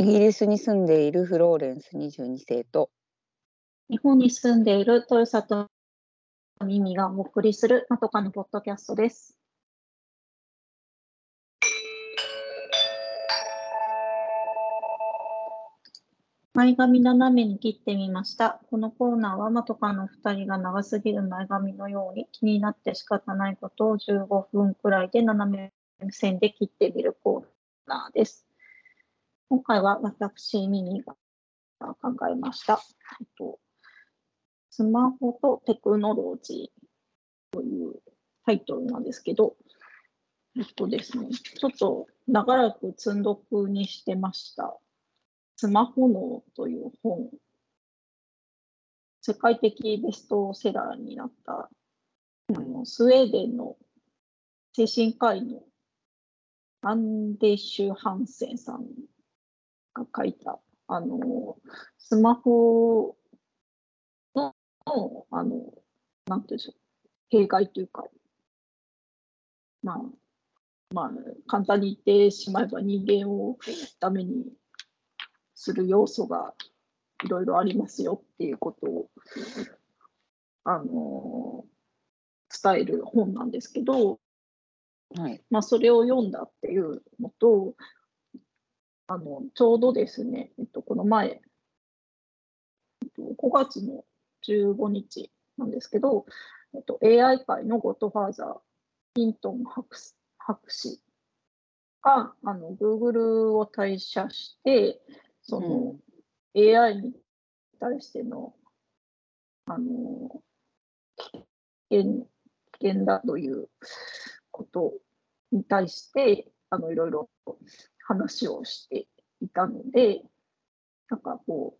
イギリスに住んでいるフローレンス22世と日本に住んでいる豊里ミミがお送りするまとかのポッドキャストです。前髪斜めに切ってみました。このコーナーはまとかの2人が長すぎる前髪のように気になって仕方ないことを15分くらいで斜め線で切ってみるコーナーです。今回は私ミミが考えました。スマホとテクノロジーというタイトルなんですけど、ですね、ちょっと長らく積んどくにしてましたスマホ脳という本、世界的ベストセラーになったスウェーデンの精神科医のアンデシュ・ハンセンさんが書いたスマホのなんていうんでしょう、弊害というか、簡単に言ってしまえば人間をダメにする要素がいろいろありますよっていうことを、伝える本なんですけど、 はい、 それを読んだっていうのと、ちょうどですね、この前、5月の15日なんですけど、AI 界のゴッドファーザー、ヒントン博士がGoogle を退社して、AI に対しての危険だということに対していろいろ話をしていたので、なんかこ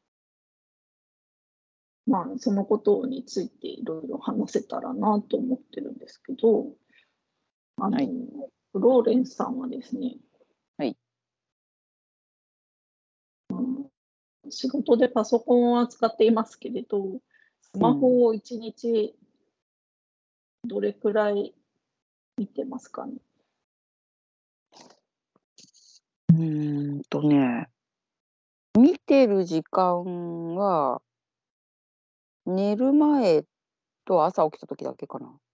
う、そのことについていろいろ話せたらなと思ってるんですけど、 はい、 ローレンスさんはですね、 はい、 仕事でパソコンを扱っていますけれど、スマホを1日どれくらい見てますかね。 見てる時間は寝る前と朝起きた時だけかな。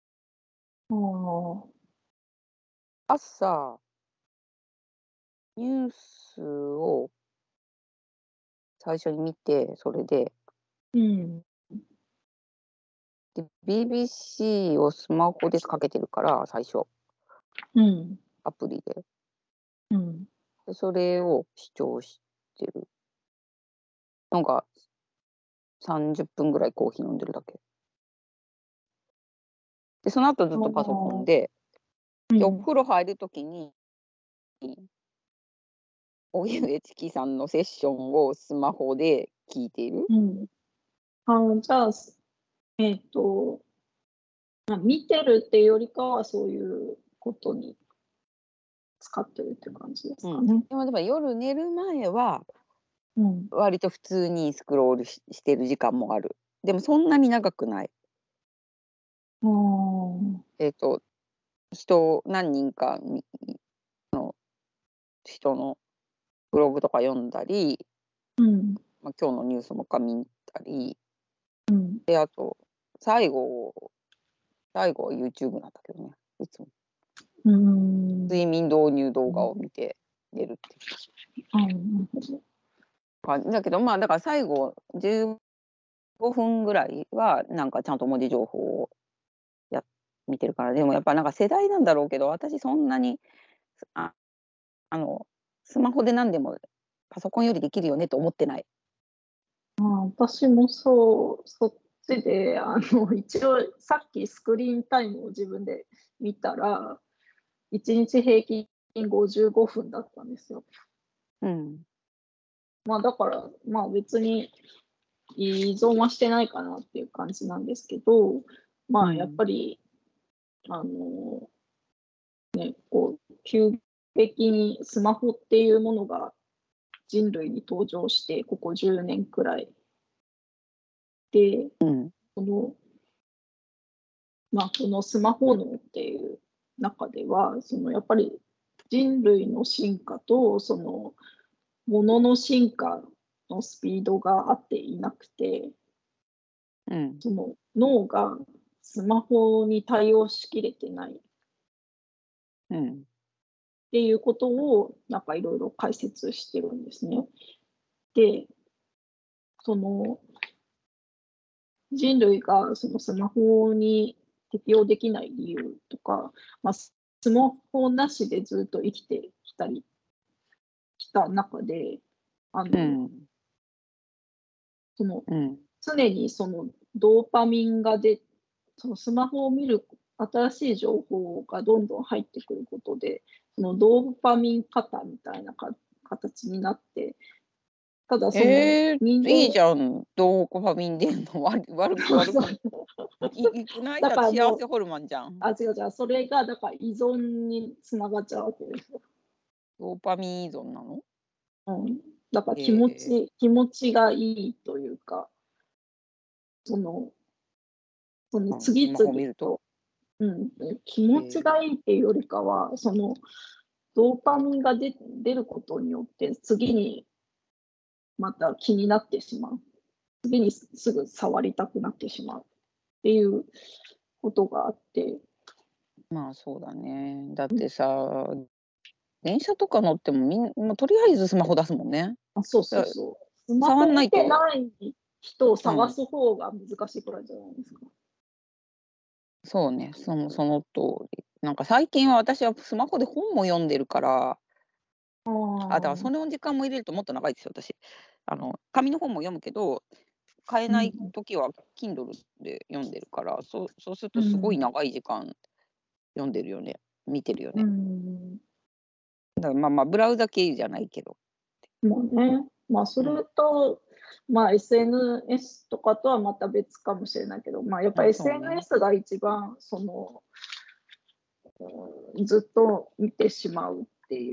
朝ニュースを最初に見て、それで、BBC をスマホでかけてるから最初、アプリで、でそれを視聴してるのが30分ぐらいコーヒー飲んでるだけで、その後ずっとパソコンで、お風呂入るときに荻上チキさんのセッションをスマホで聞いている。 じゃあ見てるっていうよりかはそういうことに使ってるって感じですかね。 でも夜寝る前は割と普通にスクロールしてる時間もある。でもそんなに長くない。何人かの人のブログとか読んだり、今日のニュースも見たり、であと最後は YouTube なんだけどね、いつも睡眠導入動画を見て寝るっていう感じだけど、だから最後15分ぐらいはなんかちゃんと文字情報を見てるから。でもやっぱなんか世代なんだろうけど、私そんなにスマホで何でもパソコンよりできるよねと思ってない。 私もそっちで一応さっきスクリーンタイムを自分で見たら1日平均55分だったんですよ。だから別に依存はしてないかなっていう感じなんですけど、やっぱり急激にスマホっていうものが人類に登場してここ10年くらいで、このスマホ脳っていう中ではやっぱり人類の進化とものの進化のスピードが合っていなくて、その脳がスマホに対応しきれてないっていうことをなんかいろいろ解説してるんですね。で、その人類がそのスマホに適応できない理由とか、スマホなしでずっと生きてきた中で、その常にそのドーパミンがそのスマホを見る新しい情報がどんどん入ってくることで、そのドーパミン過多みたいな形になって、ただその人間いいじゃん、ドーパミン出んの悪くいくない？だから幸せホルモンじゃん。 違う、それがだから依存につながっちゃうわけですよ。 ドーパミン依存なの？ だから気持ちがいいというか、その次々と、気持ちがいいっていうよりかは、そのドーパミンが出ることによって次にまた気になってしまう。次にすぐ触りたくなってしまうっていうことがあって。 まあそうだね。だってさ、電車とか乗ってももうとりあえずスマホ出すもんね。 そう。スマホ見てない人を探す方が難しいくらいじゃないですか。 そうね、その通り。なんか最近は私はスマホで本も読んでるから、だからその時間も入れるともっと長いですよ、私。紙の本も読むけど、買えない時は Kindle で読んでるから、そうするとすごい長い時間読んでるよね、見てるよね。だからブラウザ系じゃないけど。 もうね、それと、SNS とかとはまた別かもしれないけど、やっぱり SNS が一番ずっと見てしまうっていう。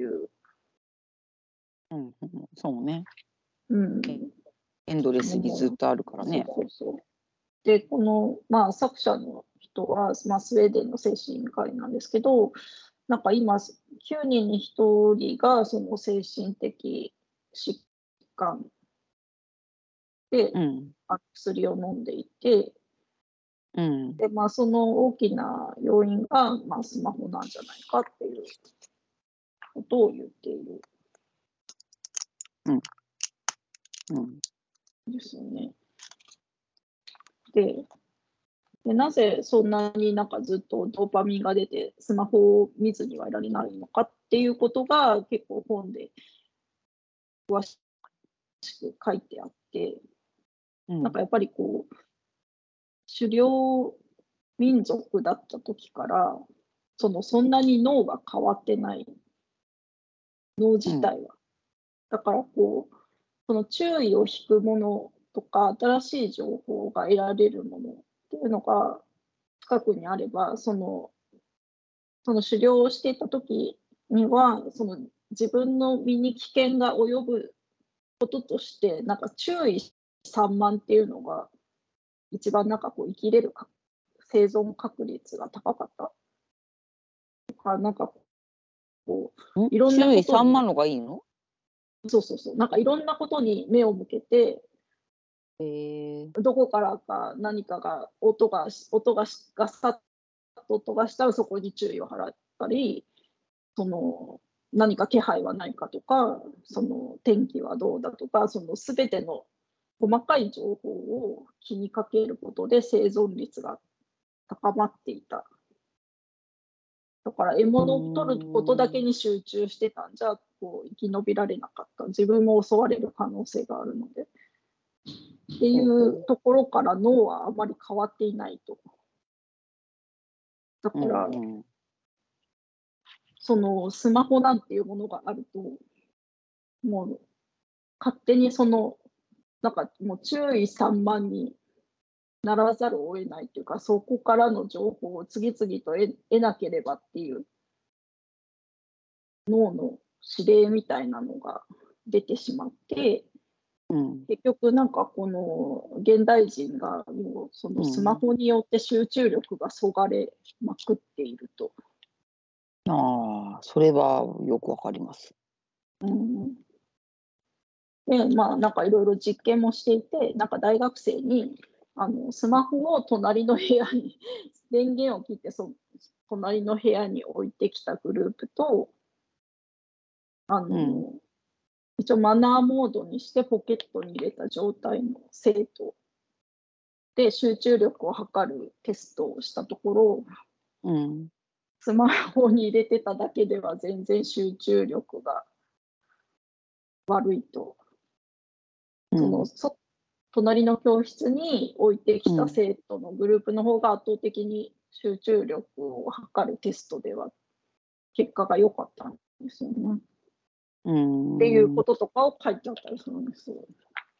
そうね。エンドレスにずっとあるからね。 で、この、作者の人は、スウェーデンの精神科医なんですけど、なんか今、9人に1人がその精神的疾患で、薬を飲んでいて、で、その大きな要因が、スマホなんじゃないかっていうことを言っている。ですよね。で、なぜそんなになんかずっとドーパミンが出てスマホを見ずにはいられないのかっていうことが結構本で詳しく書いてあって、なんかやっぱり狩猟民族だった時からそんなに脳が変わってない、脳自体は。だからその注意を引くものとか新しい情報が得られるものっていうのが近くにあれば、その狩猟をしていた時には自分の身に危険が及ぶこととしてなんか注意散漫っていうのが一番なんか生きれる生存確率が高かった。だからなんかいろんなことに注意散漫のがいいの？ そうなんかいろんなことに目を向けて、どこからか何かが音がガサッと音がしたらそこに注意を払ったり、何か気配はないかとか、天気はどうだとか、全ての細かい情報を気にかけることで生存率が高まっていた。だから獲物を取ることだけに集中してたんじゃ生き延びられなかった。自分も襲われる可能性があるので。っていうところから脳はあまり変わっていないと。だから、スマホなんていうものがあると、もう勝手になんかもう注意散漫にならざるを得ないというか、そこからの情報を次々と得なければっていう脳の指令みたいなのが出てしまって、結局なんかこの現代人がもうそのスマホによって集中力がそがれまくっていると。 それはよくわかります。 で、まあ、なんかいろいろ実験もしていて、なんか大学生にスマホを隣の部屋に電源を切って隣の部屋に置いてきたグループと、一応マナーモードにしてポケットに入れた状態の生徒で集中力を測るテストをしたところ、スマホに入れてただけでは全然集中力が悪いと。隣の教室に置いてきた生徒のグループの方が圧倒的に集中力を測るテストでは結果が良かったんですよね。っていうこととかを書いてあったりするんですよ。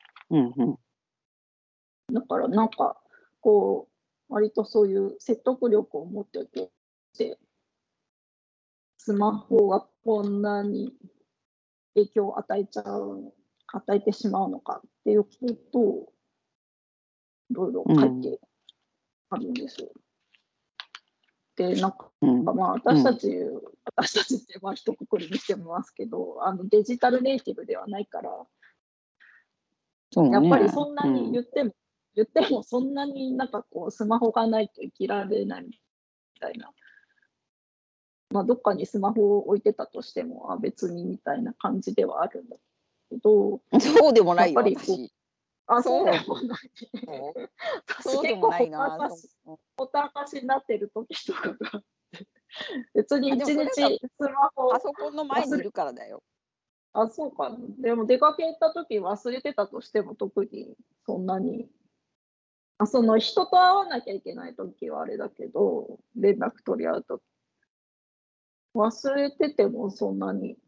だからなんかこう割とそういう説得力を持っておいて、スマホがこんなに影響を与えてしまうのかっていうことをいろいろ書いてあるんですよ。で、なんか、まあ私たちってまあ一括りにしてますけど、デジタルネイティブではないから、やっぱりそんなに言ってもそんなになんかこうスマホがないと生きられないみたいな。まあどっかにスマホを置いてたとしても別にみたいな感じではあるんだけど、 そうでもないよ、 私。そうでもない。 そうでもないな。 ほったらかしになってる時とかが別に一日スマホパソコンの前にいるからだよ。 そうか。でも出かけた時忘れてたとしても特にそんなに。その人と会わなきゃいけない時はあれだけど、連絡取り合うと忘れててもそんなに。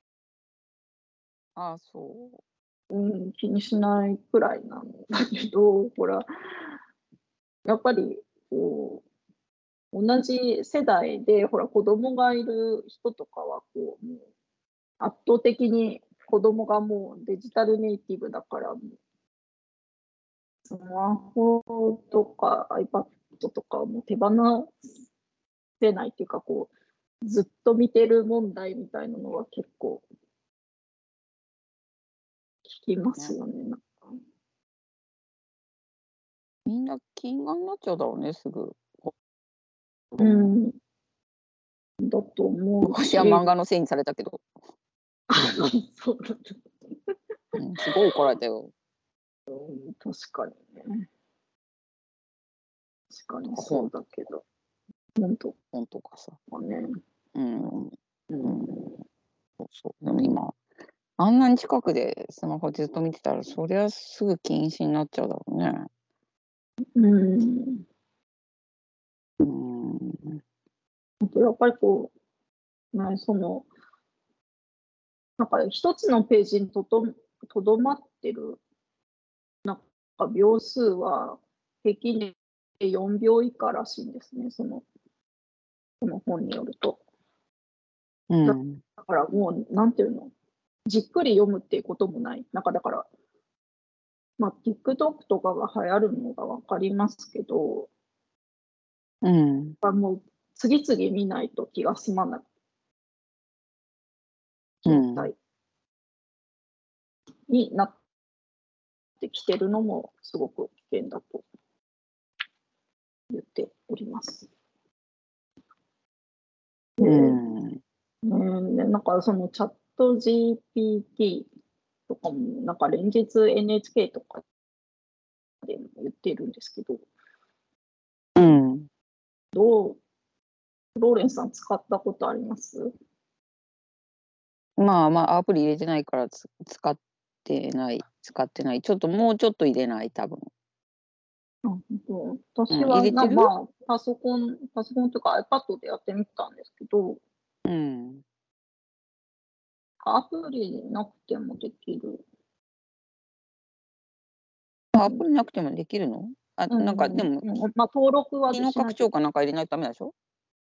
そう。 気にしないくらいなんだけど、ほら、やっぱりこう同じ世代でほら子供がいる人とかはこうもう圧倒的に子供がもうデジタルネイティブだから、スマホとか iPad とかも手放せないっていうか、こうずっと見てる問題みたいなのは結構聞きますよね。なんかみんな近眼になっちゃうだろうね、すぐ。 だと思う。 昔は漫画のせいにされたけど。 そうだすごい怒られたよ。 確かにね。確かにそうだけど。 本とかさ。 ね。 そう。でも今、あんなに近くでスマホずっと見てたら、そりゃすぐ近視になっちゃうだろうね。 やっぱりこう、なんか一つのページにとどまってるなんか秒数は平均で4秒以下らしいんですね、その本によると。だからもう、なんていうの、じっくり読むっていうこともない。なんかだから、まあ、TikTok とかが流行るのが分かりますけど、もう次々見ないと気が済まない状態になってきてるのもすごく危険だと言っております。なんかそのチャット GPT とかもなんか連日 NHK とかでも言ってるんですけど、ローレンさん使ったことあります？ まあアプリ入れてないから使ってない。もうちょっと入れない、多分。 私はまあパソコンとか iPad でやってみたんですけど、アプリなくてもできる。 アプリなくてもできるの？なんかでも、 まあ登録は機能拡張かなんか入れないとダメでしょ？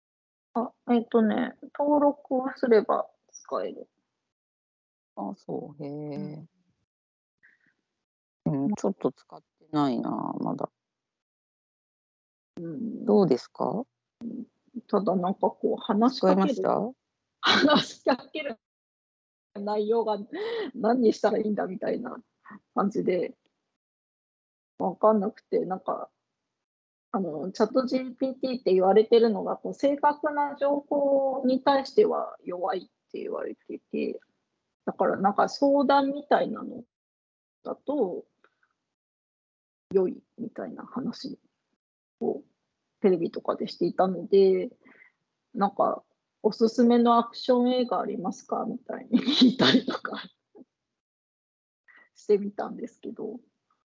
登録をすれば使える。 そう。へえ。ちょっと使ってないな、まだ。どうですか？ ただなんかこう話しかける内容が何にしたらいいんだみたいな感じで、分かんなくて、なんか、チャット GPT って言われてるのが、こう正確な情報に対しては弱いって言われてて、だからなんか相談みたいなのだと良いみたいな話をテレビとかでしていたので、なんかおすすめのアクション映画ありますかみたいに聞いたりとかしてみたんですけど、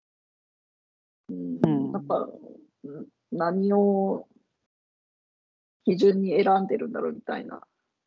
なんか、何を基準に選んでるんだろうみたいな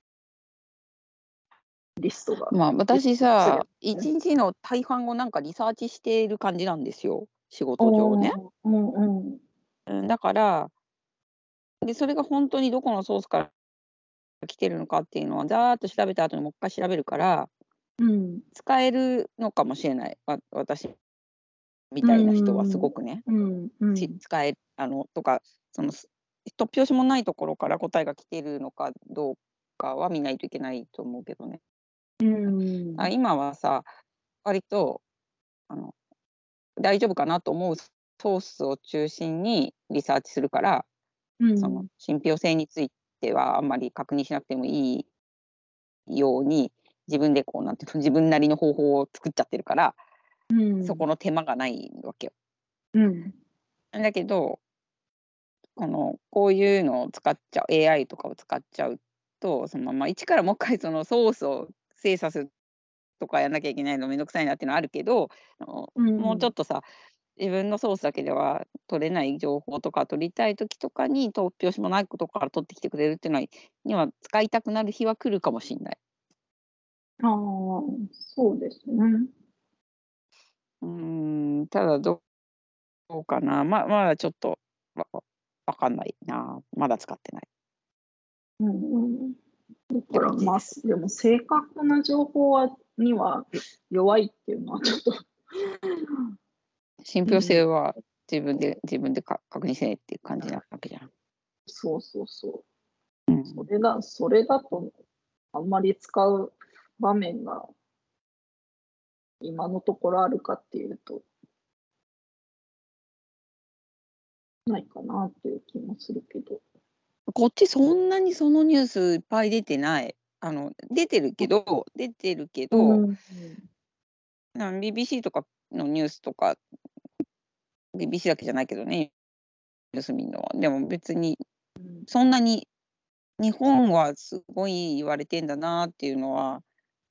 リストが。 まあ、私さ、一日の大半をなんかリサーチしている感じなんですよ、仕事上ね。だから、で、それが本当にどこのソースから来てるのかっていうのは、ざーっと調べた後にもう一回調べるから、使えるのかもしれない。私みたいな人はすごくね。使えとか、その突拍子もないところから答えが来てるのかどうかは見ないといけないと思うけどね。今はさ、割と大丈夫かなと思うソースを中心にリサーチするから、その信憑性についてはあんまり確認しなくてもいいように、自分でこうなんていうの、自分なりの方法を作っちゃってるから、そこの手間がないわけよ。だけど、こういうのを使っちゃう AI とかを使っちゃうと、そのまま一からもう一回そのソースを精査するとかやんなきゃいけないのめんどくさいなっていうのはあるけど、もうちょっとさ、自分のソースだけでは取れない情報とか取りたい時とかに突拍子もないことから取ってきてくれるっていうのには使いたくなる日は来るかもしれない。 そうですね。 ただどうかな。まだちょっとわかんないな。まだ使ってない。 だからまあ、でも正確な情報には弱いっていうのはちょっと信憑性は自分で確認せねっていう感じなわけじゃん。 そう。それだとあんまり使う場面が今のところあるかっていうとないかなっていう気もするけど。 こっちそんなにそのニュースいっぱい出てない。出てるけど、BBC とかのニュースとか、BBC だけじゃないけどね、ニュース見るのは。でも別に、そんなに日本はすごい言われてんだなっていうのは、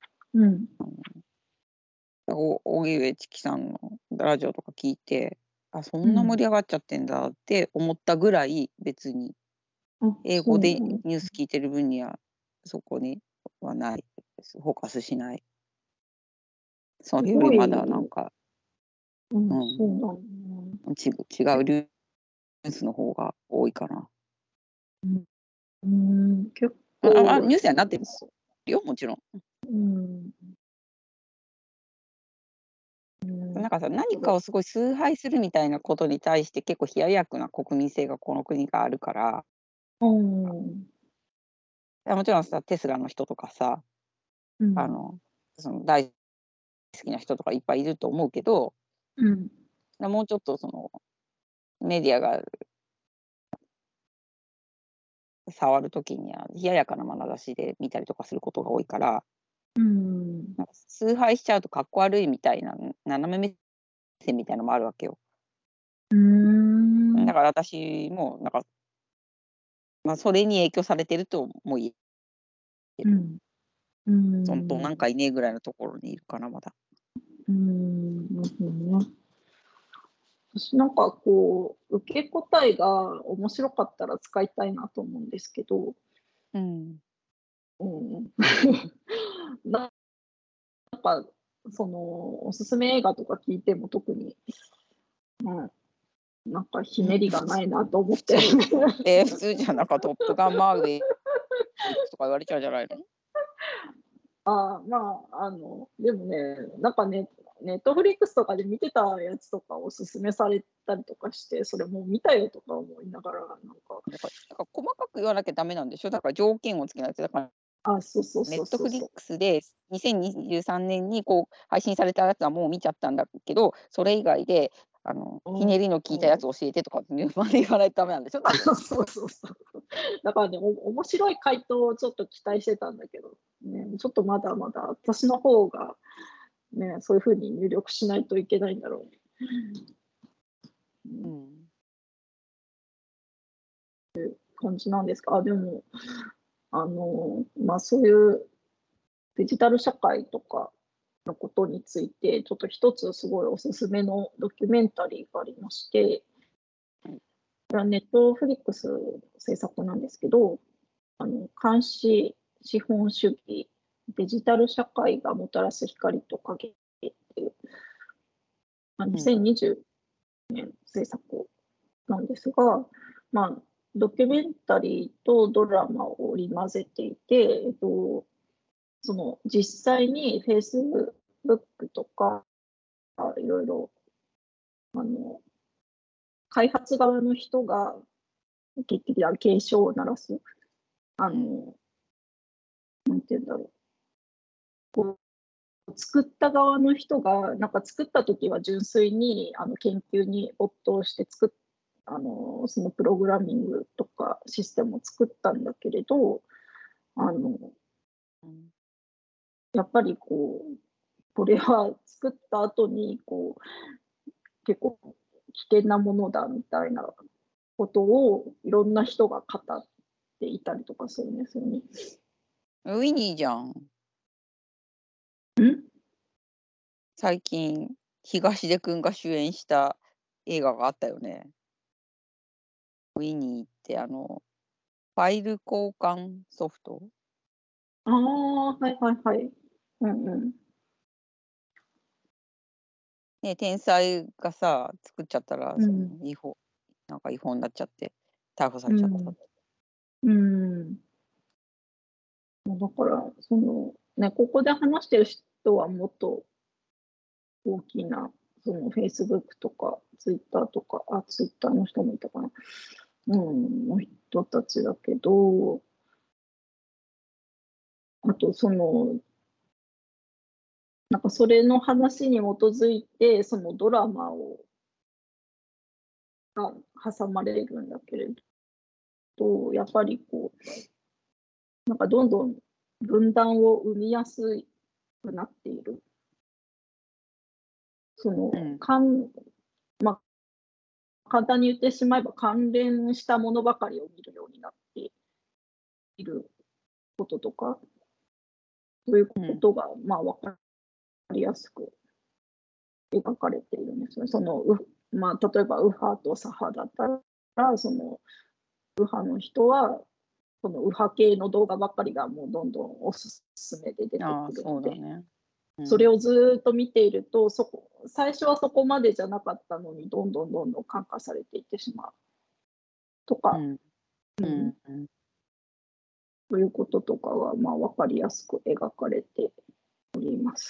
荻上チキさんのラジオとか聞いて、そんな盛り上がっちゃってんだって思ったぐらい、別に英語でニュース聞いてる分にはそこにはないです。フォーカスしない。それよりまだなんか、違うニュースの方が多いかな。 結構ニュースにはなってるよ、もちろん。なんかさ、何かをすごい崇拝するみたいなことに対して結構冷ややかな国民性がこの国があるから、もちろんさ、テスラの人とかさ、その大好きな人とかいっぱいいると思うけど、もうちょっとそのメディアが触るときには冷ややかな眼差しで見たりとかすることが多いから、なんか崇拝しちゃうとかっこ悪いみたいな斜め目線みたいなのもあるわけよ。だから私もなんか、それに影響されてるとも言える。なんかいねえぐらいのところにいるかな、まだ。 私なんかこう、受け答えが面白かったら使いたいなと思うんですけど、なんか、その、おすすめ映画とか聞いても特に、なんかひねりがないなと思って。 普通じゃなんかトップガンマーヴェリックとか言われちゃうんじゃないの？ でもね、なんかね、ネットフリックスとかで見てたやつとかおすすめされたりとかして、それもう見たよとか思いながら、なんか細かく言わなきゃダメなんでしょ？だから条件をつけないと。だからそうそうネットそうそうそう。 フリックスで2023年にこう配信されたやつはもう見ちゃったんだけど、それ以外でひねりの効いたやつ教えてとかってまで言わないとダメなんでしょ、多分。 そうそうそうそう。だからね、面白い回答をちょっと期待してたんだけど、ね、ちょっとまだまだ私の方が、ね、そういう風に入力しないといけないんだろうね。 うん。 感じなんですか。でも、そういうデジタル社会とかのことについて、ちょっと一つすごいおすすめのドキュメンタリーがありまして、 はい。 これはネットフリックス制作なんですけど、監視資本主義、デジタル社会がもたらす光と影っていう、 うん。 2020年制作なんですが、ドキュメンタリーとドラマを織り交ぜていて、その実際に Facebook とか、いろいろあの開発側の人が結局警鐘を鳴らす、 うん。 なんて言うんだろう、こ作った側の人が、なんか作った時は純粋に研究に没頭してそのプログラミングとかシステムを作ったんだけれど、あのうん。 やっぱりこれは作った後に結構危険なものだみたいなことをいろんな人が語っていたりとかするんですよね。 ウィニーじゃん。 ん最近、東出くんが主演した映画があったよね。ウィニーってファイル交換ソフト？ ああ、はいはいはい。うんうん。 ね、天才がさ、作っちゃったら、 うん。 なんか違法になっちゃって、逮捕されちゃった。 うん。うん。だから、ここで話してる人はもっと大きな、Facebook とか Twitter とか、Twitter の人もいたかな、の人たちだけど、あと、なんかそれの話に基づいて、そのドラマが挟まれるんだけれど、やっぱりなんかどんどん分断を生みやすくなっている。その、 うん。 かんまあ、簡単に言ってしまえば関連したものばかりを見るようになっていることとか、そういううん。 ことが、分かりやすく描かれているんですね。例えば右派と左派だったら、右派の人は、その右派系の動画ばっかりがもうどんどんおすすめで出てああ、 くるので、 そうだね。うん。 それをずっと見ていると、最初はそこまでじゃなかったのに、どんどんどんどん感化されていってしまうとか、 うん。 うん、 うん。うん。 そういうこととかが、分かりやすく描かれております。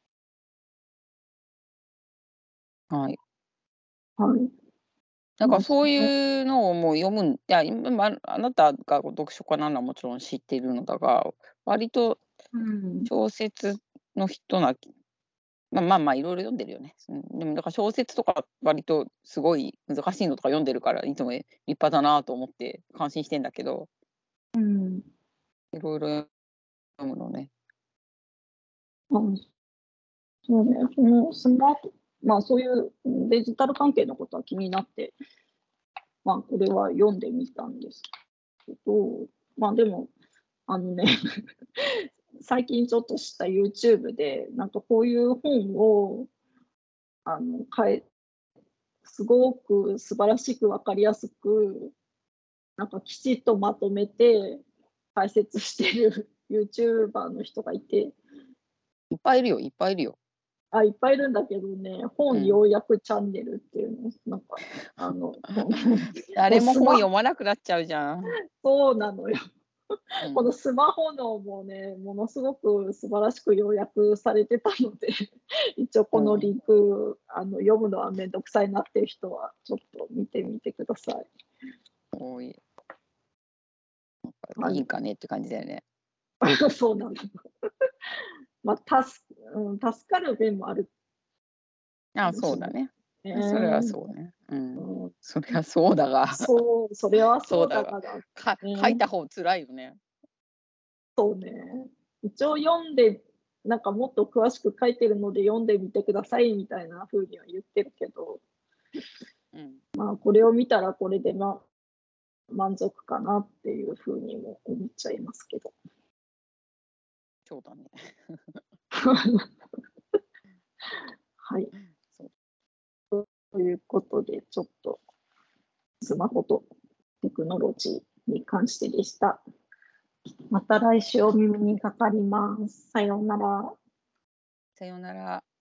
はい。 はい。 なんかそうそのいうのをもう読むいや、あなたが読書家なのはもちろん知っているのだが、割とうん。 小説の人いろいろ読んでるよね。うん、でもだから小説とか割とすごい難しいのとか読んでるから、いつも立派だなと思って感心してんだけど、 うん。 いろいろ読むのね。 あ、そうね、そのスマートそういうデジタル関係のことは気になって、これは読んでみたんですけど、でも、あのね、最近ちょっと知った YouTube で、なんかこういう本を、あの、かえすごく素晴らしく分かりやすく、なんかきちっとまとめて解説してる YouTuber の人がいて、 いっぱいいるよ、いっぱいいるよ。 いっぱいいるんだけどね、 うん。 本要約チャンネルっていうの、なんか、もう誰も本読まなくなっちゃうじゃん。 そうなのよ。 うこのん。 スマホのもね、ものすごく素晴らしく要約されてたので、一応このリうん。 ンク、読むのはめんどくさいなっていう人は、ちょっと見てみてください。 多い。 はい。 いいかねって感じだよね。 そうなの。まあ、助かる面もある。 あ、そうだね。それはそうね。それはそうだが。 それはそうだが。 書いた方辛いよね。 そうね。一応読んで、なんかもっと詳しく書いてるので読んでみてくださいみたいな風には言ってるけど、まあこれを見たらこれで満足かなっていう風にも思っちゃいますけど。 そうだね。 はい。ということで、ちょっとスマホとテクノロジーに関してでした。また来週お耳にかかります。さようなら。 さようなら。